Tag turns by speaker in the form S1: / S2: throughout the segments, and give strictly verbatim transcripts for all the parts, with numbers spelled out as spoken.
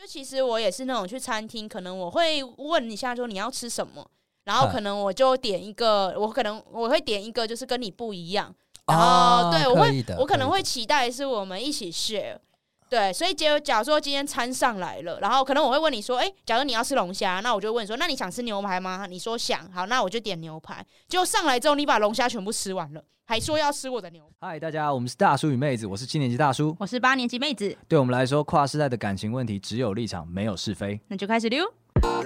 S1: 就其实我也是那种去餐厅，可能我会问一下说你要吃什么，然后可能我就点一个，我可能我会点一个就是跟你不一样，然后、哦、对我会我可能会期待是我们一起 share。对，所以假如说今天餐上来了，然后可能我会问你说，哎、欸，假如你要吃龙虾，那我就问你说，那你想吃牛排吗？你说想，好，那我就点牛排。结果上来之后，你把龙虾全部吃完了，还说要吃我的牛排。
S2: 嗨，大家，我们是大叔与妹子，我是七年级大叔，
S3: 我是八年级妹子。
S2: 对我们来说，跨世代的感情问题只有立场，没有是非。
S3: 那就开始溜。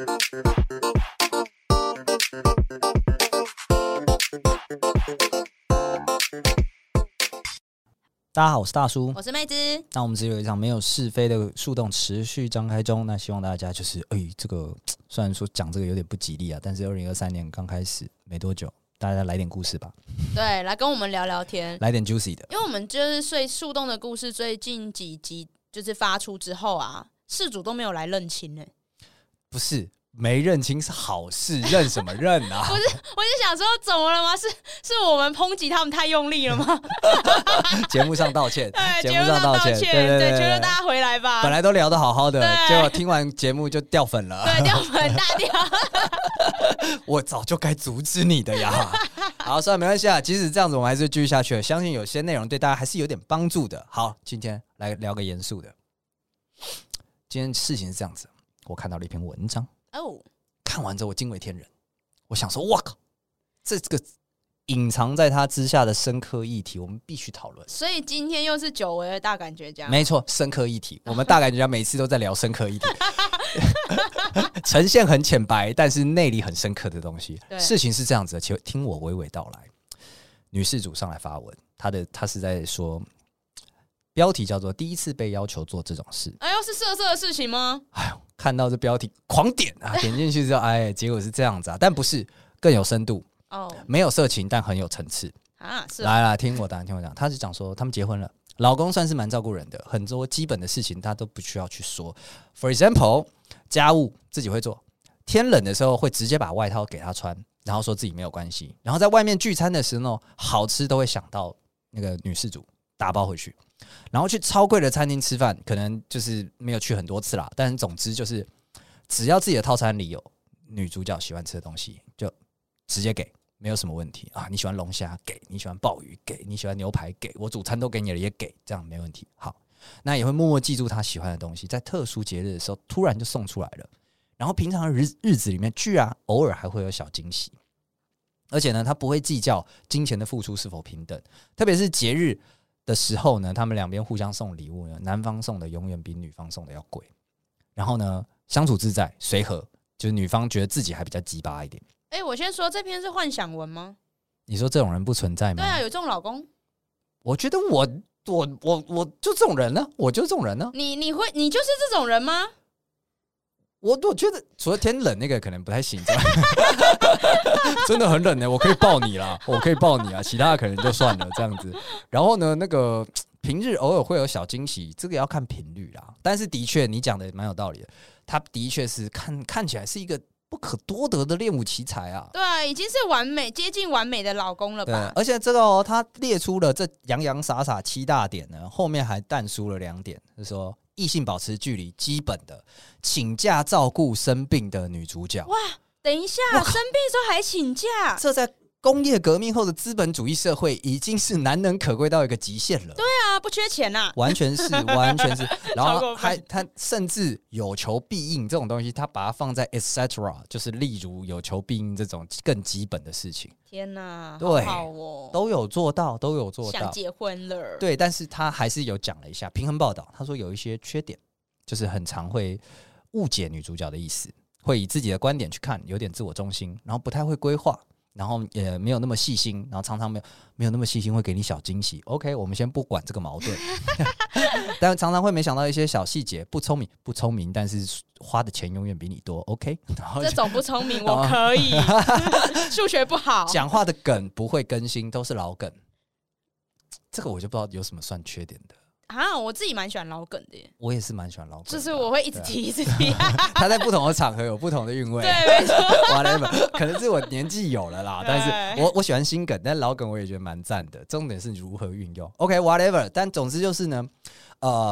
S2: 大家好，我是大叔，
S1: 我是妹子。
S2: 那我们只有一场没有是非的树洞持续张开中，那希望大家就是，哎、欸，这个虽然说讲这个有点不吉利啊，但是二零二三年刚开始没多久，大家来点故事吧。
S1: 对，来跟我们聊聊天，
S2: 来点 juicy 的。
S1: 因为我们就是所以树洞的故事最近几集就是发出之后啊，事主都没有来认亲呢、欸。
S2: 不是。没认清是好事，认什么认啊？
S1: 不是，我就想说，怎么了吗？是是我们抨击他们太用力了吗？
S2: 节目上道歉，
S1: 对，
S2: 节目上道歉，
S1: 对对 对, 对，求求大家回来吧。
S2: 本来都聊得好好的，结果听完节目就掉粉了，
S1: 对，掉粉大掉。
S2: 我早就该阻止你的呀！好，算了，没关系啊。即使这样子，我们还是继续下去了。相信有些内容对大家还是有点帮助的。好，今天来聊个严肃的。今天事情是这样子，我看到了一篇文章。哦、oh. ，看完之后我惊为天人，我想说，哇靠，这个隐藏在它之下的深刻议题，我们必须讨论。
S1: 所以今天又是久违的大感觉家，
S2: 没错，深刻议题，我们大感觉家每次都在聊深刻议题，呈现很浅白，但是内里很深刻的东西。事情是这样子的，请听我娓娓道来。女事主上来发文，她的她是在说。标题叫做第一次被要求做这种事。
S1: 哎呦，是色色的事情吗？
S2: 哎呦，看到这标题狂点啊，点进去之后，哎，结果是这样子啊，但不是，更有深度哦，没有色情，但很有层次啊。是、哦、来来，听我讲，听我讲，他是讲说他们结婚了，老公算是蛮照顾人的，很多基本的事情他都不需要去说。For example， 家务自己会做，天冷的时候会直接把外套给他穿，然后说自己没有关系。然后在外面聚餐的时候，好吃都会想到那个女事主打包回去。然后去超贵的餐厅吃饭，可能就是没有去很多次啦，但是总之就是只要自己的套餐里有女主角喜欢吃的东西，就直接给，没有什么问题啊。你喜欢龙虾给，你喜欢鲍鱼给，你喜欢牛排给，我主餐都给你了也给，这样没问题。好，那也会默默记住他喜欢的东西，在特殊节日的时候突然就送出来了。然后平常的 日, 日子里面，居然偶尔还会有小惊喜，而且呢，他不会计较金钱的付出是否平等，特别是节日的时候呢，他们两边互相送礼物呢，男方送的永远比女方送的要贵。然后呢，相处自在随和，就是女方觉得自己还比较鸡巴一点。
S1: 哎、欸，我先说，这篇是幻想文吗？
S2: 你说这种人不存在吗？
S1: 对啊，有这种老公。
S2: 我觉得我我我我就这种人呢，我就这种人呢。
S1: 你你会你就是这种人吗？
S2: 我我觉得除了天冷那个可能不太行，真的很冷呢、欸，我可以抱你啦，我可以抱你啊，其他的可能就算了这样子。然后呢，那个平日偶尔会有小惊喜，这个要看频率啦。但是的确，你讲的蛮有道理的，他的确是看看起来是一个不可多得的练武奇才啊。
S1: 对啊，已经是完美接近完美的老公了吧？
S2: 对，而且这个哦，他列出了这洋洋洒洒七大点呢，后面还淡出了两点，就是说。异性保持距离，基本的请假照顾生病的女主角。
S1: 哇，等一下，生病的时候还请假，
S2: 这在工业革命后的资本主义社会已经是难能可贵到一个极限了。
S1: 对啊，不缺钱呐、啊，
S2: 完全是，完全是。然后还他甚至有求必应这种东西，他把它放在 et cetera， 就是例如有求必应这种更基本的事情。
S1: 天哪，
S2: 对，
S1: 好好哦，
S2: 都有做到，都有做到。
S1: 想结婚了，
S2: 对，但是他还是有讲了一下平衡报道，他说有一些缺点，就是很常会误解女主角的意思，会以自己的观点去看，有点自我中心，然后不太会规划。然后也没有那么细心，然后常常没有没有那么细心，会给你小惊喜。OK， 我们先不管这个矛盾，但常常会没想到一些小细节，不聪明不聪明，但是花的钱永远比你多。OK， 然后
S1: 这种不聪明我可以，数学不好，
S2: 讲话的梗不会更新，都是老梗。这个我就不知道有什么算缺点的。
S1: 啊，我自己蛮喜欢老梗的耶，我
S2: 也是蛮喜欢老梗的，
S1: 就是我会一直提、啊、一直提、啊，
S2: 他在不同的场合有不同的韵味，
S1: 对，没错
S2: ，whatever， 可能是我年纪有了啦，但是我我喜欢新梗，但老梗我也觉得蛮赞的，重点是如何运用。OK，whatever，、okay, 但总之就是呢，呃，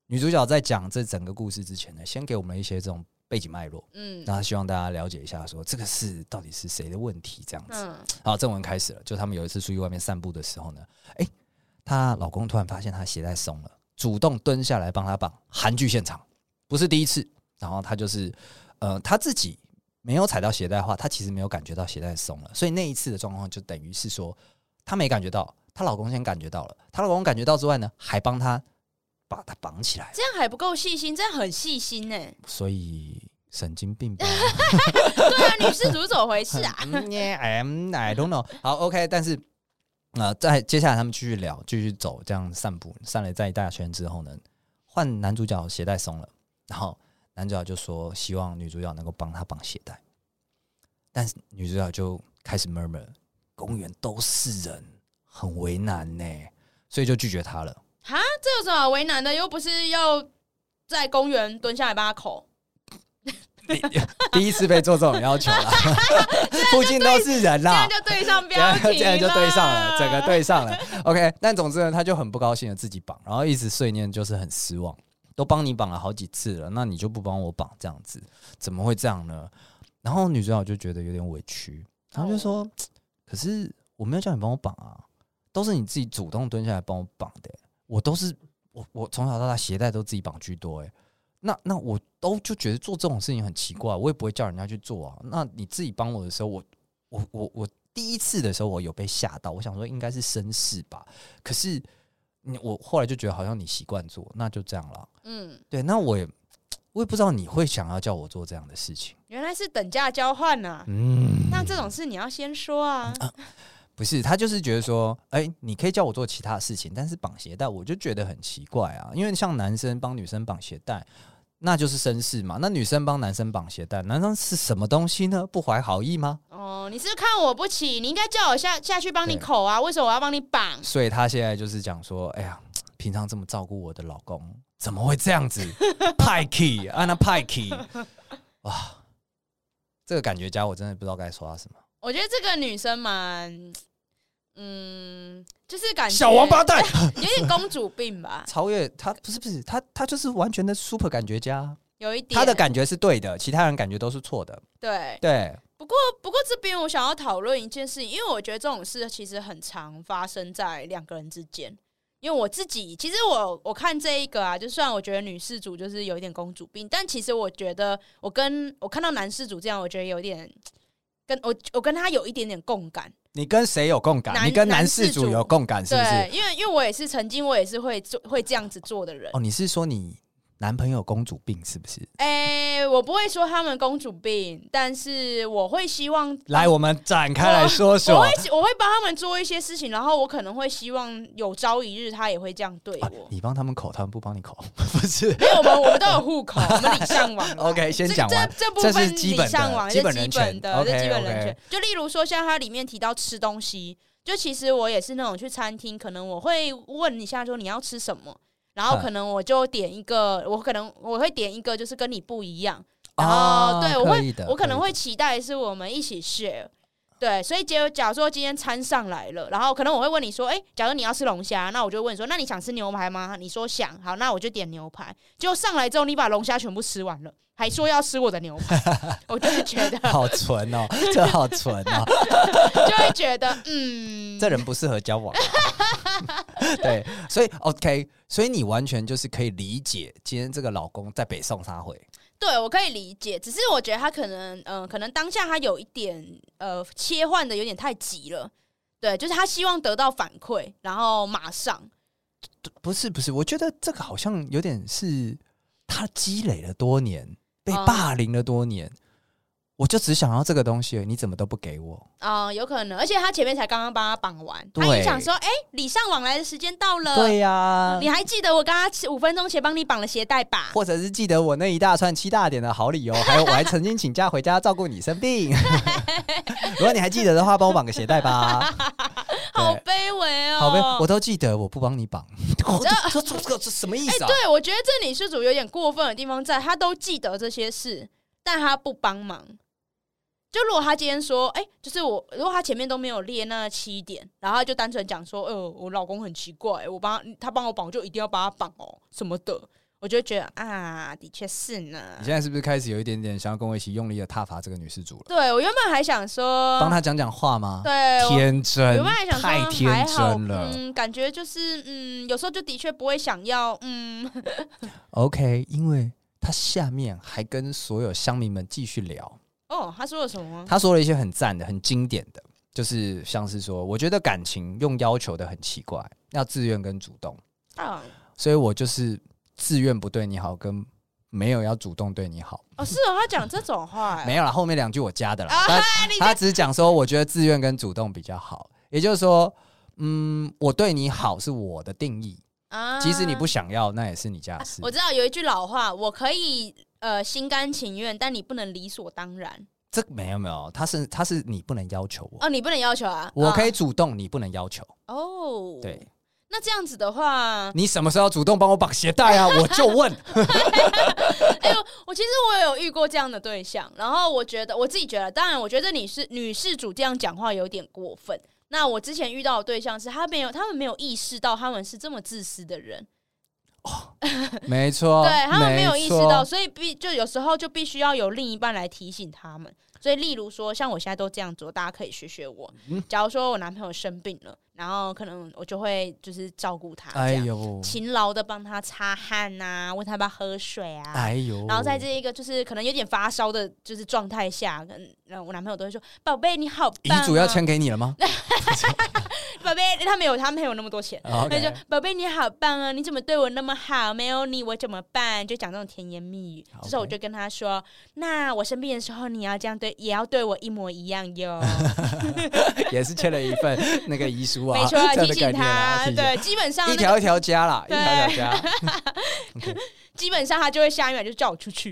S2: 女主角在讲这整个故事之前呢，先给我们一些这种背景脉络，嗯，然后希望大家了解一下说，说这个是到底是谁的问题这样子。嗯，好，正文开始了，就他们有一次出去外面散步的时候呢，哎、欸，她老公突然发现她鞋带松了，主动蹲下来帮她绑，韩剧现场，不是第一次。然后她就是呃，她自己没有踩到鞋带的话，她其实没有感觉到鞋带松了，所以那一次的状况就等于是说，她没感觉到，她老公先感觉到了，她老公感觉到之外呢，还帮她把她绑起来，
S1: 这样还不够细心，这样很细心哎，
S2: 所以神经病吧？
S1: 对啊，女事主是怎么回事啊
S2: ？I don't know。好 ，OK， 但是呃，在接下来他们继续聊，继续走，这样散步，散了在一大圈之后呢，换男主角鞋带松了，然后男主角就说希望女主角能够帮他绑鞋带，但是女主角就开始 murmur， 公园都是人，很为难呢，所以就拒绝他了。
S1: 哈，这有什么好为难的？又不是要在公园蹲下来帮他口。
S2: 第一次被做这种要求了，附近都是人啦，
S1: 这样就对上标题了，
S2: 这样就对上了，整个对上了。OK， 但总之呢，他就很不高兴的自己绑，然后一直碎念，就是很失望，都帮你绑了好几次了，那你就不帮我绑，这样子怎么会这样呢？然后女主角就觉得有点委屈，然后就说：“哦、可是我没有叫你帮我绑啊，都是你自己主动蹲下来帮我绑的、欸，我都是我我从小到大鞋带都自己绑居多、欸，哎。”那那我都就觉得做这种事情很奇怪，我也不会叫人家去做啊。那你自己帮我的时候，我我我我第一次的时候我有被吓到，我想说应该是绅士吧。可是我后来就觉得好像你习惯做，那就这样了。嗯，对。那我也我也不知道你会想要叫我做这样的事情，
S1: 原来是等价交换啊。嗯，那这种事你要先说啊。啊
S2: 不是，他就是觉得说，哎、欸，你可以叫我做其他的事情，但是绑鞋带我就觉得很奇怪啊。因为像男生帮女生绑鞋带，那就是绅士嘛。那女生帮男生绑鞋带，难道是什么东西呢？不怀好意吗？
S1: 哦，你是看我不起，你应该叫我下下去帮你口啊，为什么我要帮你绑？
S2: 所以他现在就是讲说，哎呀，平常这么照顾我的老公，怎么会这样子？派 key 啊，那派 key， 哇，这个感觉家我真的不知道该说他什么。
S1: 我觉得这个女生蛮。嗯，就是感觉
S2: 小王八蛋，
S1: 有点公主病吧。
S2: 超越他不是不是他，他就是完全的 super 感觉家，
S1: 有一点
S2: 他的感觉是对的，其他人感觉都是错的。
S1: 对
S2: 对，
S1: 不过不过这边我想要讨论一件事情，因为我觉得这种事其实很常发生在两个人之间。因为我自己其实我我看这一个啊，就算我觉得女事主就是有一点公主病，但其实我觉得我跟我看到男事主这样，我觉得有点跟我我跟他有一点点共感。
S2: 你跟谁有共感？你跟男事主有共感是不是？
S1: 对，因为因为我也是曾经我也是会做会这样子做的人。
S2: 哦，你是说你男朋友公主病是不是？
S1: 哎、欸，我不会说他们公主病，但是我会希望
S2: 来我们展开来说说。
S1: 我, 我会我会帮他们做一些事情，然后我可能会希望有朝一日他也会这样对我。啊、
S2: 你帮他们口，他们不帮你口，不是？
S1: 没有，我们我们都有户口，我们礼尚往来。
S2: OK， 先讲完。
S1: 这这部分礼尚往来是基本
S2: 人
S1: 权的，这基本人权。就例如说，像它里面提到吃东西，就其实我也是那种去餐厅，可能我会问一下说你要吃什么。然后可能我就点一个，我可能我会点一个，就是跟你不一样。然后、哦、对我会，我可能会期待是我们一起 share。对，所以假假如说今天餐上来了，然后可能我会问你说，哎，假如你要吃龙虾，那我就问你说，那你想吃牛排吗？你说想，好，那我就点牛排。结果上来之后，你把龙虾全部吃完了，还说要吃我的牛排，我就会觉得
S2: 好纯哦，这好纯哦，
S1: 就会觉得嗯，
S2: 这人不适合交往、啊。对，所以 OK， 所以你完全就是可以理解今天这个老公在北宋撒回。
S1: 对，我可以理解，只是我觉得他可能，嗯、呃，可能当下他有一点，呃，切换的有点太急了。对，就是他希望得到反馈，然后马上。
S2: 不是不是，我觉得这个好像有点是他积累了多年，被霸凌了多年。嗯，我就只想要这个东西，你怎么都不给我
S1: 啊、呃？有可能，而且他前面才刚刚帮他绑完，他也想说，哎、欸，礼尚往来的时间到了。
S2: 对呀、啊，
S1: 你还记得我刚刚五分钟前帮你绑了鞋带吧？
S2: 或者是记得我那一大串七大点的好理由，还有我还曾经请假回家照顾你生病。如果你还记得的话，帮我绑个鞋带吧。
S1: 好卑微哦，
S2: 好卑，我都记得，我不帮你绑。这这这这什么意思啊？
S1: 欸、对，我觉得这女事主有点过分的地方在，她都记得这些事，但她不帮忙。就如果他今天说，哎、欸，就是我，如果他前面都没有列那七点，然后他就单纯讲说，呃，我老公很奇怪，我帮他帮我绑，我就一定要帮他绑哦什么的， 我就觉得啊，的确是呢。
S2: 你现在是不是开始有一点点想要跟我一起用力的挞伐这个女事主了？
S1: 对，我原本还想说
S2: 帮她讲讲话吗？
S1: 对，
S2: 天真，
S1: 原本还想说
S2: 太天真了。
S1: 嗯，感觉就是嗯，有时候就的确不会想要嗯。
S2: OK， 因为他下面还跟所有乡民们继续聊。
S1: 哦，他说了什么？
S2: 他说了一些很赞的、很经典的，就是像是说，我觉得感情用要求的很奇怪，要自愿跟主动。啊，所以我就是自愿不对你好，跟没有要主动对你好。
S1: 哦，是哦，他讲这种话、欸，
S2: 没有啦，后面两句我加的啦。啊、他只讲说，我觉得自愿跟主动比较好，也就是说，嗯，我对你好是我的定义，啊、即使你不想要，那也是你家的事。
S1: 我知道有一句老话，我可以呃心甘情愿，但你不能理所当然。
S2: 这没有没有，他是他是你不能要求我
S1: 哦，你不能要求啊，
S2: 我可以主动，你不能要求
S1: 哦。
S2: 对。
S1: 那这样子的话，
S2: 你什么时候要主动帮我绑鞋带啊？我就问。
S1: 哎呦，我其实我有遇过这样的对象，然后我觉得我自己觉得，当然我觉得女士女事主这样讲话有点过分。那我之前遇到的对象是他没有，他们没有意识到他们是这么自私的人。
S2: 哦、没错，
S1: 对他们没有意识到，所以必就有时候就必须要有另一半来提醒他们。所以，例如说，像我现在都这样做，大家可以学学我。假如说我男朋友生病了，然后可能我就会就是照顾他，这样、哎、呦勤劳的帮他擦汗啊，问他要不要喝水啊。哎呦，然后在这一个就是可能有点发烧的，就是状态下，跟我男朋友都会说：“宝贝，你好棒、啊。”
S2: 遗嘱要签给你了吗？
S1: 宝贝，他没有，他没有那么多钱。他、okay. 就宝贝你好棒啊，你怎么对我那么好？没有你我怎么办？就讲这种甜言蜜语。这、okay. 时候我就跟他说：“那我生病的时候，你要这样对，也要对我一模一样哟。”
S2: 也是签了一份那个遗书啊，
S1: 没错，提醒他。对，基本上、那個、
S2: 一条一条加啦，一条一条加。
S1: okay. 基本上他就会下一秒就叫我出去。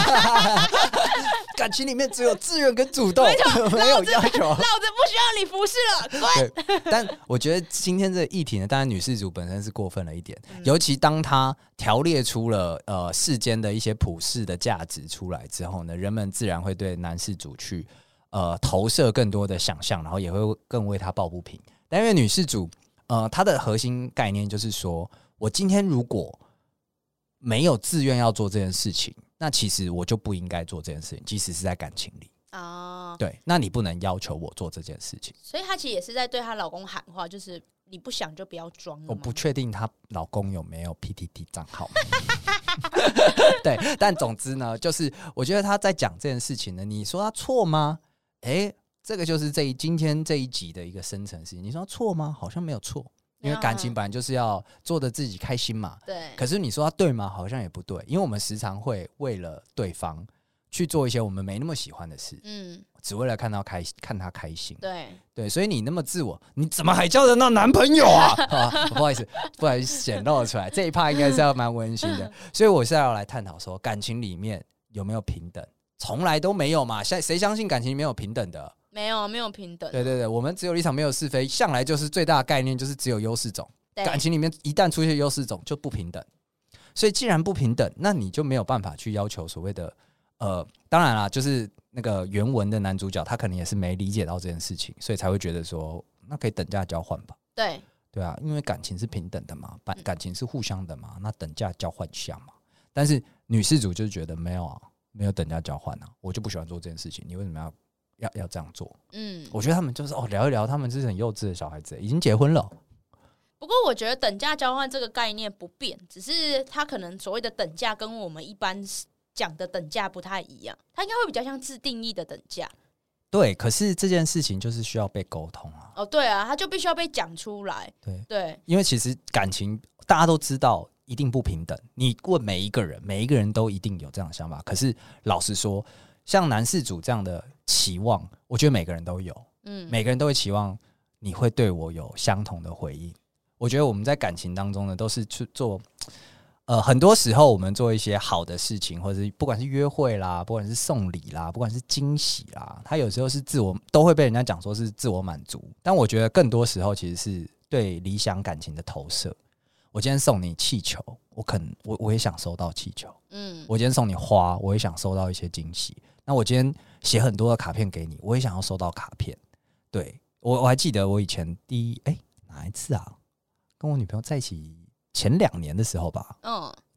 S2: 感情里面只有自愿跟主动，没有要求。
S1: 老子不需要你服侍了，滚！
S2: 但我觉得今天这个议题呢，当然女事主本身是过分了一点，嗯、尤其当她条列出了呃世间的一些普世的价值出来之后呢，人们自然会对男事主去呃投射更多的想象，然后也会更为他抱不平。但因为女事主呃她的核心概念就是说，我今天如果没有自愿要做这件事情，那其实我就不应该做这件事情，即使是在感情里。哦，对，那你不能要求我做这件事情。
S1: 所以她其实也是在对她老公喊话，就是你不想就不要装了。
S2: 我不确定她老公有没有 P T T 账号。对，但总之呢，就是我觉得她在讲这件事情呢，你说她错吗？哎，这个就是这一今天这一集的一个深层事情。你说她错吗？好像没有错。因为感情本来就是要做的自己开心嘛，
S1: 对。
S2: 可是你说他对吗？好像也不对，因为我们时常会为了对方去做一些我们没那么喜欢的事，嗯，只为了看到开看他开心，
S1: 对
S2: 对。所以你那么自我，你怎么还交得到男朋友啊？啊不好意思，不好意思显露出来，这一趴应该是要蛮温馨的。所以我是要来探讨说，感情里面有没有平等？从来都没有嘛，谁相信感情里面有平等的？
S1: 没有，没有平等。
S2: 对对对，我们只有立场，没有是非，向来就是最大的概念就是只有优势种。感情里面一旦出现优势种，就不平等。所以既然不平等，那你就没有办法去要求所谓的呃，当然啦，就是那个原文的男主角，他可能也是没理解到这件事情，所以才会觉得说，那可以等价交换吧。
S1: 对
S2: 对啊，因为感情是平等的嘛，感情是互相的嘛，那等价交换下嘛。但是女事主就是觉得没有啊，没有等价交换啊，我就不喜欢做这件事情，你为什么要？要要这样做，嗯，我觉得他们就是哦聊一聊，他们是很幼稚的小孩子，已经结婚了。
S1: 不过我觉得等价交换这个概念不变，只是他可能所谓的等价跟我们一般讲的等价不太一样，他应该会比较像自定义的等价。
S2: 对，可是这件事情就是需要被沟通啊。
S1: 哦，对啊，他就必须要被讲出来。
S2: 对
S1: 对，
S2: 因为其实感情大家都知道一定不平等，你问每一个人，每一个人都一定有这样的想法。可是老实说，像男事主这样的期望，我觉得每个人都有，嗯，每个人都会期望你会对我有相同的回应。我觉得我们在感情当中呢，都是去做，呃，很多时候我们做一些好的事情，或者是不管是约会啦，不管是送礼啦，不管是惊喜啦，它有时候是自我，都会被人家讲说是自我满足。但我觉得更多时候其实是对理想感情的投射。我今天送你气球，我可能我我也想收到气球，嗯，我今天送你花，我也想收到一些惊喜。那我今天写很多的卡片给你，我也想要收到卡片。对，我我还记得我以前第一哎、欸、哪一次啊，跟我女朋友在一起前两年的时候吧，嗯，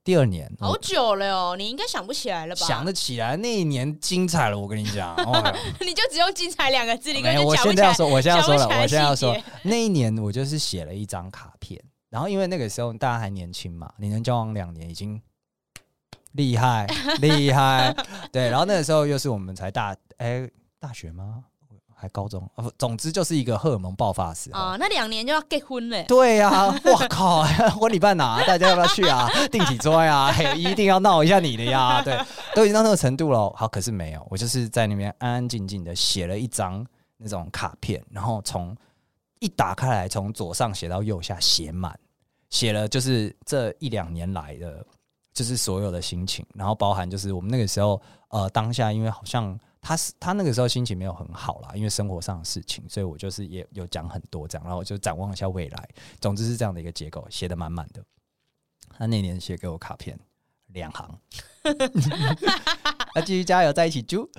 S2: 第二年
S1: 好久了哦，你应该想不起来了吧？
S2: 想得起来，那一年精彩了，我跟你讲。哦、
S1: 你就只用精彩两个字，你根
S2: 本就
S1: 讲不起来。
S2: 我现在要说，我现在要说了，我现在要说，那一年我就是写了一张卡片，然后因为那个时候大家还年轻嘛，你能交往两年已经厉害厉害，对。然后那个时候又是我们才大哎、欸、大学吗？还高中，总之就是一个荷尔蒙爆发的时候
S1: 啊、哦，那两年就要结婚了。
S2: 对呀、啊，我靠，婚礼办哪？大家要不要去啊？定起桌呀，一定要闹一下你的呀。对，都已经到那个程度了。好，可是没有，我就是在那边安安静静的写了一张那种卡片，然后从一打开来，从左上写到右下，写满，写了就是这一两年来的，就是所有的心情，然后包含就是我们那个时候，呃，当下因为好像。他他那个时候心情没有很好啦，因为生活上的事情，所以我就是也有讲很多这样，然后我就展望一下未来。总之是这样的一个结构，写得满满的。他那年写给我卡片两行，那继续加油，在一起住。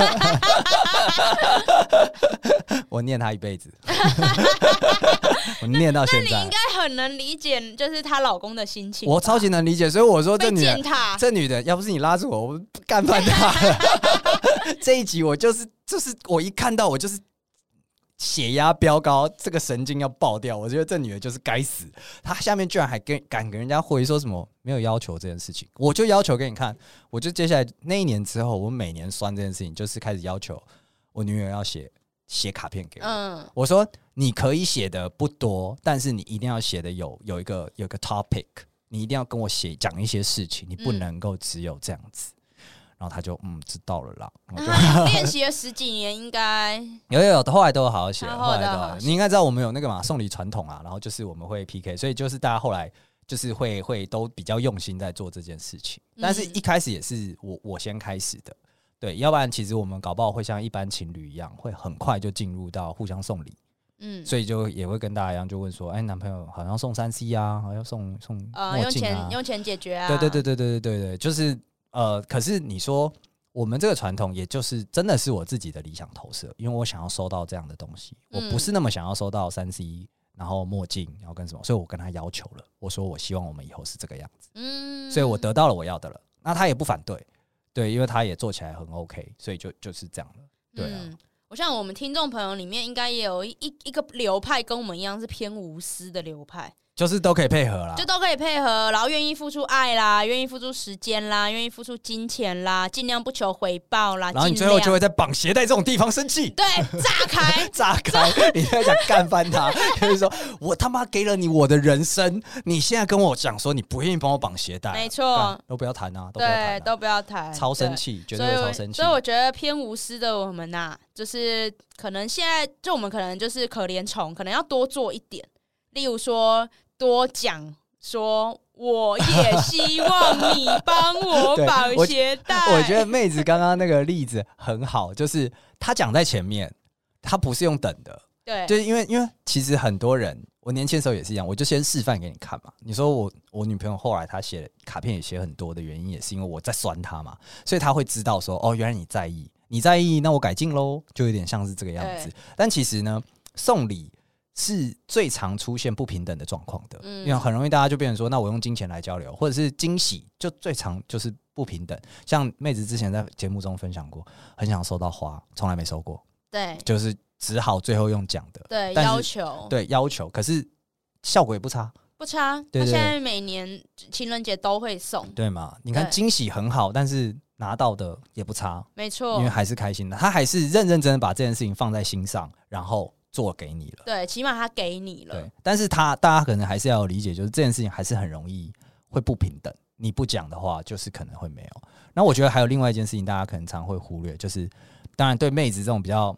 S2: 我念他一辈子，我念到现在。
S1: 那你应该很能理解，就是她老公的心情。
S2: 我超级能理解，所以我说这女
S1: 的，
S2: 这女的，要不是你拉住我，我干翻她。这一集我就是就是我一看到我就是血压飙高，这个神经要爆掉。我觉得这女的就是该死，她下面居然还跟敢跟人家回说什么没有要求这件事情，我就要求给你看。我就接下来那一年之后，我每年酸这件事情，就是开始要求我女友要写写卡片给我。嗯，我说你可以写的不多，但是你一定要写的有有一个有一个 topic， 你一定要跟我写讲一些事情，你不能够只有这样子。然后他就嗯知道了啦，
S1: 练习了十几年，应该
S2: 有有有，后来都有好好写，后来都好好写。你应该知道我们有那个嘛送礼传统啊，然后就是我们会 P K， 所以就是大家后来就是会会都比较用心在做这件事情。但是一开始也是我我先开始的，对，要不然其实我们搞不好会像一般情侣一样，会很快就进入到互相送礼。嗯，所以就也会跟大家一样，就问说，哎，男朋友好像送三 C 啊，好像送送墨镜啊，
S1: 呃，用钱用钱解决啊，
S2: 对对对对对对对，就是。呃，可是你说我们这个传统，也就是真的是我自己的理想投射，因为我想要收到这样的东西，嗯、我不是那么想要收到三 C， 然后墨镜，然后跟什么，所以我跟他要求了，我说我希望我们以后是这个样子，嗯，所以我得到了我要的了，那他也不反对，对，因为他也做起来很 OK， 所以就就是这样了，对啊。嗯，
S1: 我想我们听众朋友里面应该也有一一个流派跟我们一样是偏无私的流派。
S2: 就是都可以配合啦，
S1: 就都可以配合，然后愿意付出爱啦，愿意付出时间啦，愿意付出金钱啦，尽量不求回报啦。
S2: 然后你最后就会在绑鞋带这种地方生气，
S1: 对，炸开，
S2: 炸开，你在想干翻他，就是说我他妈给了你我的人生，你现在跟我讲说你不愿意帮我绑鞋带，
S1: 没错，
S2: 都不要谈啊，都不要谈、啊，
S1: 对，都不要谈，
S2: 超生气，绝对会超生气。
S1: 所以我觉得偏无私的我们呐、啊，就是可能现在就我们可能就是可怜虫，可能要多做一点，例如说。多讲说，我也希望你帮我绑鞋带。
S2: 我, 我觉得妹子刚刚那个例子很好，就是她讲在前面，她不是用等的。
S1: 对，
S2: 就是因为因为其实很多人，我年轻的时候也是一样，我就先示范给你看嘛。你说我我女朋友后来她写卡片也写很多的原因，也是因为我在酸她嘛，所以她会知道说，哦，原来你在意，你在意，那我改进喽，就有点像是这个样子。但其实呢，送礼。是最常出现不平等的状况的，嗯、因为很容易大家就变成说，那我用金钱来交流，或者是惊喜，就最常就是不平等。像妹子之前在节目中分享过，很想收到花，从来没收过，
S1: 对，
S2: 就是只好最后用讲的，
S1: 对，要求，
S2: 对要求，可是效果也不差，
S1: 不差。对对对，他现在每年情人节都会送，
S2: 对嘛？你看惊喜很好，但是拿到的也不差，
S1: 没错，
S2: 因为还是开心的，他还是认认真真把这件事情放在心上，然后。做给你了，
S1: 对，起码他给你了。
S2: 对，但是他大家可能还是要有理解，就是这件事情还是很容易会不平等。你不讲的话，就是可能会没有。那我觉得还有另外一件事情，大家可能常会忽略，就是当然对妹子这种比较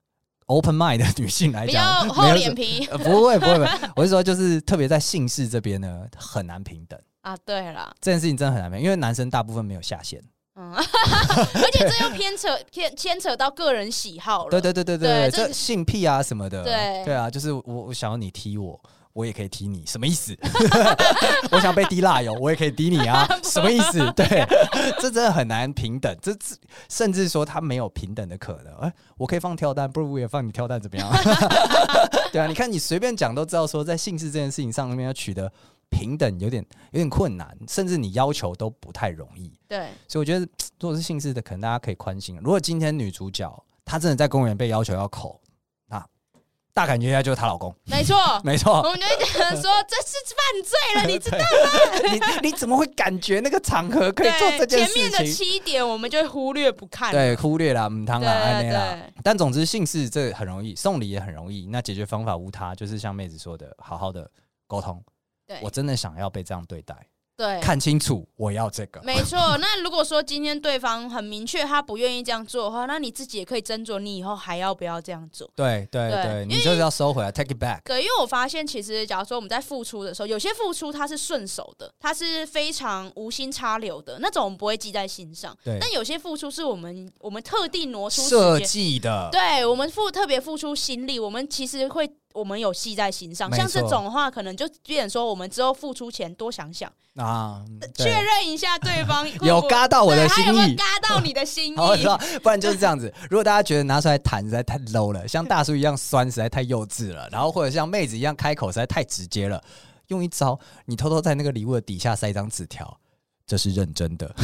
S2: open mind 的女性来讲，
S1: 比较厚脸皮，
S2: 呃、不会不会不会，我是说就是特别在性事这边呢，很难平等
S1: 啊。对啦，
S2: 这件事情真的很难平等，因为男生大部分没有下限。
S1: 嗯，而且这又偏扯偏牵扯到个人喜好了。
S2: 对对对对对，这性癖啊什么的，
S1: 对
S2: 对啊，就是我我想要你踢我，我也可以踢你，什么意思？我想被滴蜡油，我也可以滴你啊，什么意思？对，这真的很难平等，这甚至说他没有平等的可能。哎，我可以放跳蛋，不如我也放你跳蛋，怎么样？对啊，你看你随便讲都知道，说在性事这件事情上面要取得平等有点有点困难，甚至你要求都不太容易。
S1: 对，
S2: 所以我觉得如果是姓氏的，可能大家可以宽心。如果今天女主角她真的在公园被要求要口，那大感觉下就是她老公。
S1: 没错，
S2: 没错，
S1: 我们就会觉得说这是犯罪了，你知道吗？
S2: 你你怎么会感觉那个场合可以做这件事情？
S1: 前面的七点我们就会忽略不看，
S2: 对，忽略了唔汤啦，安内啦。但总之姓氏这很容易，送礼也很容易。那解决方法无他，就是像妹子说的，好好的沟通。对，我真的想要被这样对待。对，看清楚我要这个。
S1: 没错。那如果说今天对方很明确他不愿意这样做的话，那你自己也可以斟酌你以后还要不要这样做。
S2: 对对 对, 对，你就是要收回来 take it back。
S1: 对，因为我发现其实假如说我们在付出的时候，有些付出它是顺手的，它是非常无心插柳的那种，我们不会记在心上。对，但有些付出是我们我们特地挪出
S2: 设计的，
S1: 对，我们付特别付出心力，我们其实会我们有记在心上。像这种的话，可能就变成说我们之后付出前多想想啊，确认一下对方会不会
S2: 有嘎到我的心意，有没
S1: 有嘎到你的心意。
S2: 我知道，不然就是这样子。如果大家觉得拿出来谈实在太 low 了，像大叔一样酸实在太幼稚了，然后或者像妹子一样开口实在太直接了，用一招，你偷偷在那个礼物的底下塞一张纸条，这是认真的。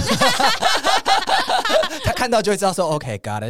S2: 他看到就会知道说 OK got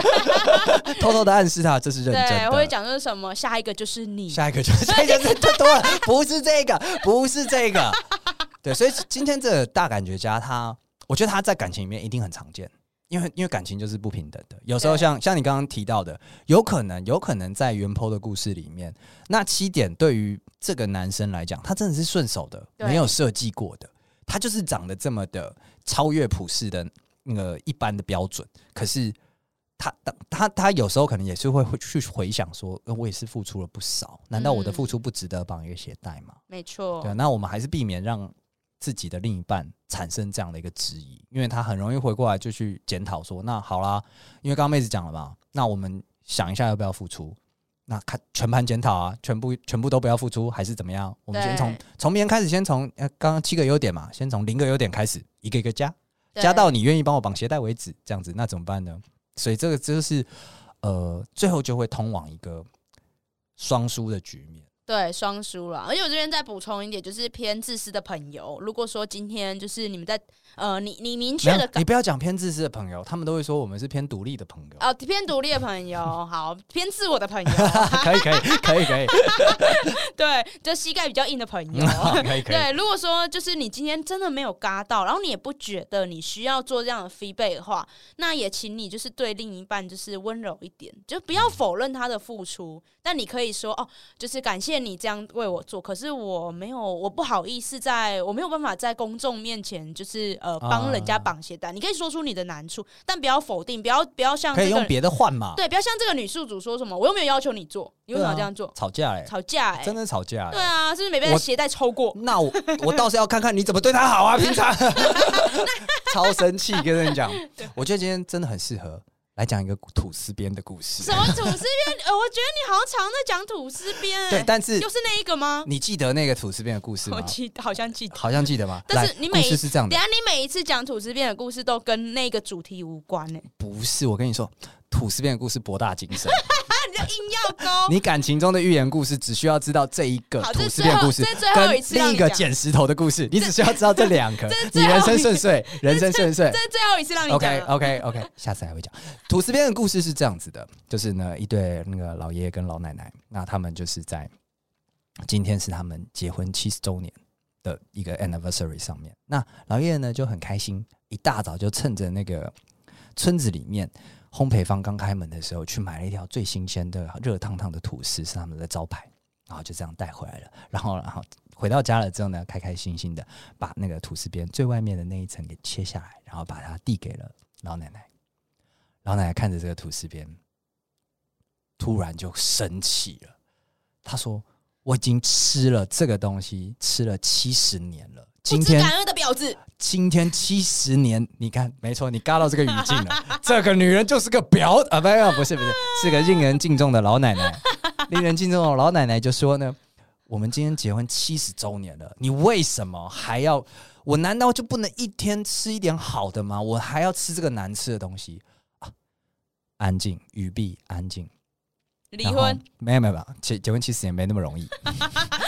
S2: it。 偷偷的暗示他这是认真的。
S1: 对，会讲说什么下一个就是你，
S2: 下一个就是下一个就是太多了，不是这个，不是这个。对，所以今天这个大感觉家他，我觉得他在感情里面一定很常见，因为因为感情就是不平等的。有时候像像你刚刚提到的，有可能有可能在原 po 的故事里面，那七点对于这个男生来讲，他真的是顺手的，没有设计过的，他就是长得这么的超越普世的那个一般的标准，可是他他他有时候可能也是会去回想说，我也是付出了不少，难道我的付出不值得绑一个鞋带吗？
S1: 没错，
S2: 对，那我们还是避免让自己的另一半产生这样的一个质疑，因为他很容易回过来就去检讨说，那好啦，因为刚刚妹子讲了嘛，那我们想一下要不要付出，那看全盘检讨啊，全部全部都不要付出，还是怎么样？我们先从从明天开始，先从呃刚刚七个优点嘛，先从零个优点开始，一个一个加，加到你愿意帮我绑鞋带为止，这样子，那怎么办呢？所以这个就是呃，最后就会通往一个双输的局面。
S1: 对，双输了。而且我这边再补充一点，就是偏自私的朋友，如果说今天就是你们在呃，你你明确的，
S2: 你不要讲偏自私的朋友，他们都会说我们是偏独立的朋友。
S1: 哦，偏独立的朋友，好，偏自我的朋友，
S2: 可以可以可以可以。
S1: 对，就膝盖比较硬的朋友，可以可以。对，如果说就是你今天真的没有嘎到，然后你也不觉得你需要做这样的 feedback 的话，那也请你就是对另一半就是温柔一点，就不要否认他的付出，但你可以说哦，就是感谢你这样为我做，可是我没有，我不好意思在，我没有办法在公众面前就是呃帮人家绑鞋带、啊。你可以说出你的难处，但不要否定，不要不要像、这个、
S2: 可以用别的换嘛。
S1: 对，不要像这个女宿主说什么，我又没有要求你做，你为什么要这样做？
S2: 啊、吵架哎、欸，
S1: 吵架哎、欸，
S2: 真的吵架哎、欸。
S1: 对啊，是不是没被鞋带抽过？
S2: 那我我倒是要看看你怎么对他好啊，平常超生气，跟你讲，我觉得今天真的很适合。来讲一个吐司边的故事。
S1: 什么吐司边？呃，我觉得你好像常在讲吐司边、欸。
S2: 对，但是
S1: 又是那一个吗？
S2: 你记得那个吐司边的故事吗？
S1: 我记得，好像记得，
S2: 好像记得吗？
S1: 但是你每
S2: 故事是这样的，
S1: 等一下你每一次讲吐司边的故事都跟那个主题无关呢、欸。
S2: 不是，我跟你说，吐司边的故事博大精深。
S1: 你就硬要勾。
S2: 你感情中的寓言故事，只需要知道这一个吐司边的故事，跟另一个捡石头的故事，你只需要知道这两个，你人生顺遂，人生顺遂。
S1: 这是最后一次让你讲。
S2: OK OK OK， 下次还会讲。吐司边的故事是这样子的，就是呢，一对那个老爷爷跟老奶奶，那他们就是在今天是他们结婚七十周年的一个 anniversary 上面，那老爷爷呢就很开心，一大早就趁着那个村子里面。烘焙坊刚开门的时候，去买了一条最新鲜的热烫烫的吐司，是他们的招牌，然后就这样带回来了。然后，然后回到家了之后呢，开开心心的把那个吐司边最外面的那一层给切下来，然后把它递给了老奶奶。老奶奶看着这个吐司边，突然就生气了。她说：“我已经吃了这个东西，吃了七十年了。”今天
S1: 不知感恩的婊子，
S2: 今天七十年，你看，没错，你嘎到这个语境了。这个女人就是个婊啊！不是，不是，不是，是个令人敬重的老奶奶。令人敬重的老奶奶就说呢：“我们今天结婚七十周年了，你为什么还要？我难道就不能一天吃一点好的吗？我还要吃这个难吃的东西啊！”安静，语毕，安静。
S1: 离婚？
S2: 没有没有没有，结结婚七十年没那么容易。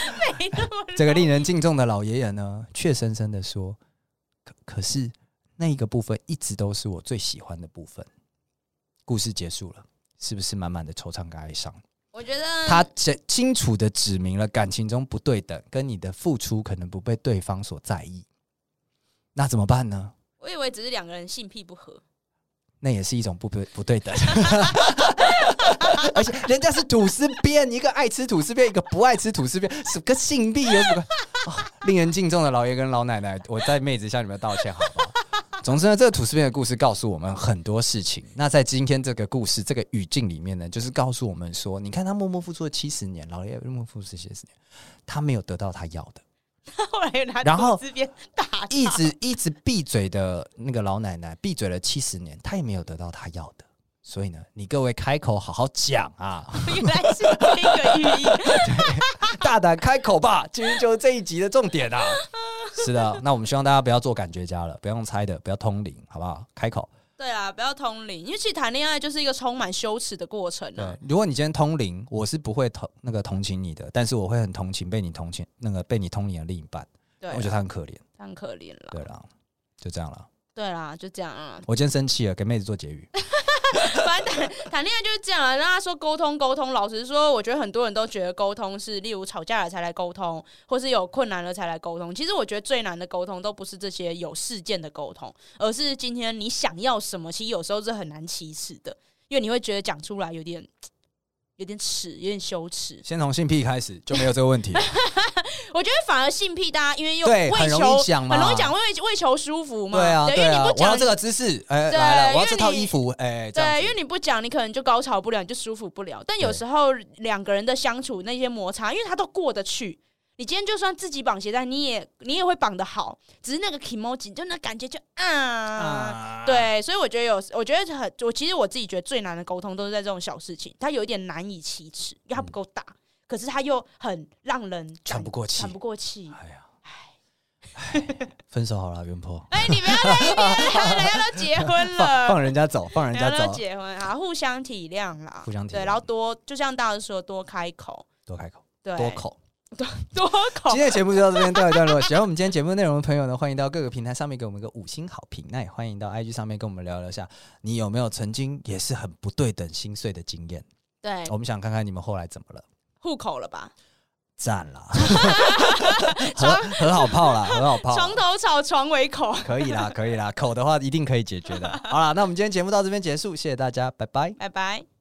S2: 这个令人敬重的老爷爷呢，却深深的说：“可可是那一个部分一直都是我最喜欢的部分。”故事结束了，是不是满满的惆怅跟哀伤？
S1: 我觉得
S2: 他清楚的指明了感情中不对等，跟你的付出可能不被对方所在意。那怎么办呢？
S1: 我以为只是两个人性癖不合，
S2: 那也是一种不不对等。而且人家是吐司边，一个爱吃吐司边，一个不爱吃吐司边，什么性癖有什么、哦？令人敬重的老爷跟老奶奶，我在妹子向你们道歉好不好？总之呢，这个吐司边的故事告诉我们很多事情。那在今天这个故事这个语境里面呢，就是告诉我们说，你看他默默付出了七十年，老爷默默付出这些十年，他没有得到他要的。
S1: 后来又拿
S2: 然后
S1: 吐司边打他，
S2: 一直一直闭嘴的那个老奶奶闭嘴了七十年，她也没有得到她要的。所以呢，你各位开口好好讲啊！
S1: 原来是这个寓意，
S2: 大胆开口吧，其实就是这一集的重点啊。是的，那我们希望大家不要做感觉家了，不要用猜的，不要通灵，好不好？开口。
S1: 对啊，不要通灵，因为其实谈恋爱就是一个充满羞耻的过程、啊。
S2: 对，如果你今天通灵，我是不会同那个同情你的，但是我会很同情被你同情那个被你通灵的另一半。对，我觉得他很可怜，
S1: 他很可怜了。
S2: 对啦，就这样了。
S1: 对啦，就这样啊。
S2: 我今天生气了，给妹子做结语。
S1: 反正谈恋爱就是这样啊，让他说沟通沟通。老实说，我觉得很多人都觉得沟通是，例如吵架了才来沟通，或是有困难了才来沟通。其实我觉得最难的沟通都不是这些有事件的沟通，而是今天你想要什么，其实有时候是很难启齿的，因为你会觉得讲出来有点有点耻，有点羞耻。
S2: 先从性癖开始就没有这个问题了。
S1: 我觉得反而性癖大家因为又为求
S2: 很容易讲嘛，
S1: 很容易讲，为为求舒服嘛。
S2: 对啊，
S1: 对，因为你不讲，
S2: 我要这个姿势，哎、欸，来了，我要这套衣服，哎、欸，
S1: 对，因为你不讲，你可能就高潮不了，你就舒服不了。但有时候两个人的相处那些摩擦，因为他都过得去。你今天就算自己绑鞋带，你也你也会绑得好，只是那个 kimoji 就那感觉就啊，啊对，所以我觉得有，我觉得很，我其实我自己觉得最难的沟通都是在这种小事情，它有一点难以启齿，因为它不够大。嗯，可是他又很让人
S2: 喘不过气，
S1: 喘不过气。
S2: 哎呀，哎，分手好了，元坡。
S1: 哎，你不要在一边，人家都结婚了，
S2: 放, 放人家走，放人家走，
S1: 人家都结婚啊，互相体谅啦，
S2: 互相体谅。
S1: 对，然后多，就像大家说，多开口，
S2: 多开口，
S1: 对，
S2: 多口，
S1: 多多口。
S2: 今天的节目就到这边告一段落。喜欢我们今天节目内容的朋友呢，欢迎到各个平台上面给我们一个五星好评。那也欢迎到 I G 上面跟我们聊聊下，你有没有曾经也是很不对等心碎的经验？
S1: 对，
S2: 我们想看看你们后来怎么了。
S1: 户口了吧？
S2: 赞啦，和和好炮啦，和好炮。
S1: 床头吵，床尾口。
S2: 可以啦，可以啦，口的话一定可以解决的。好啦，那我们今天节目到这边结束，谢谢大家，拜拜，
S1: 拜拜。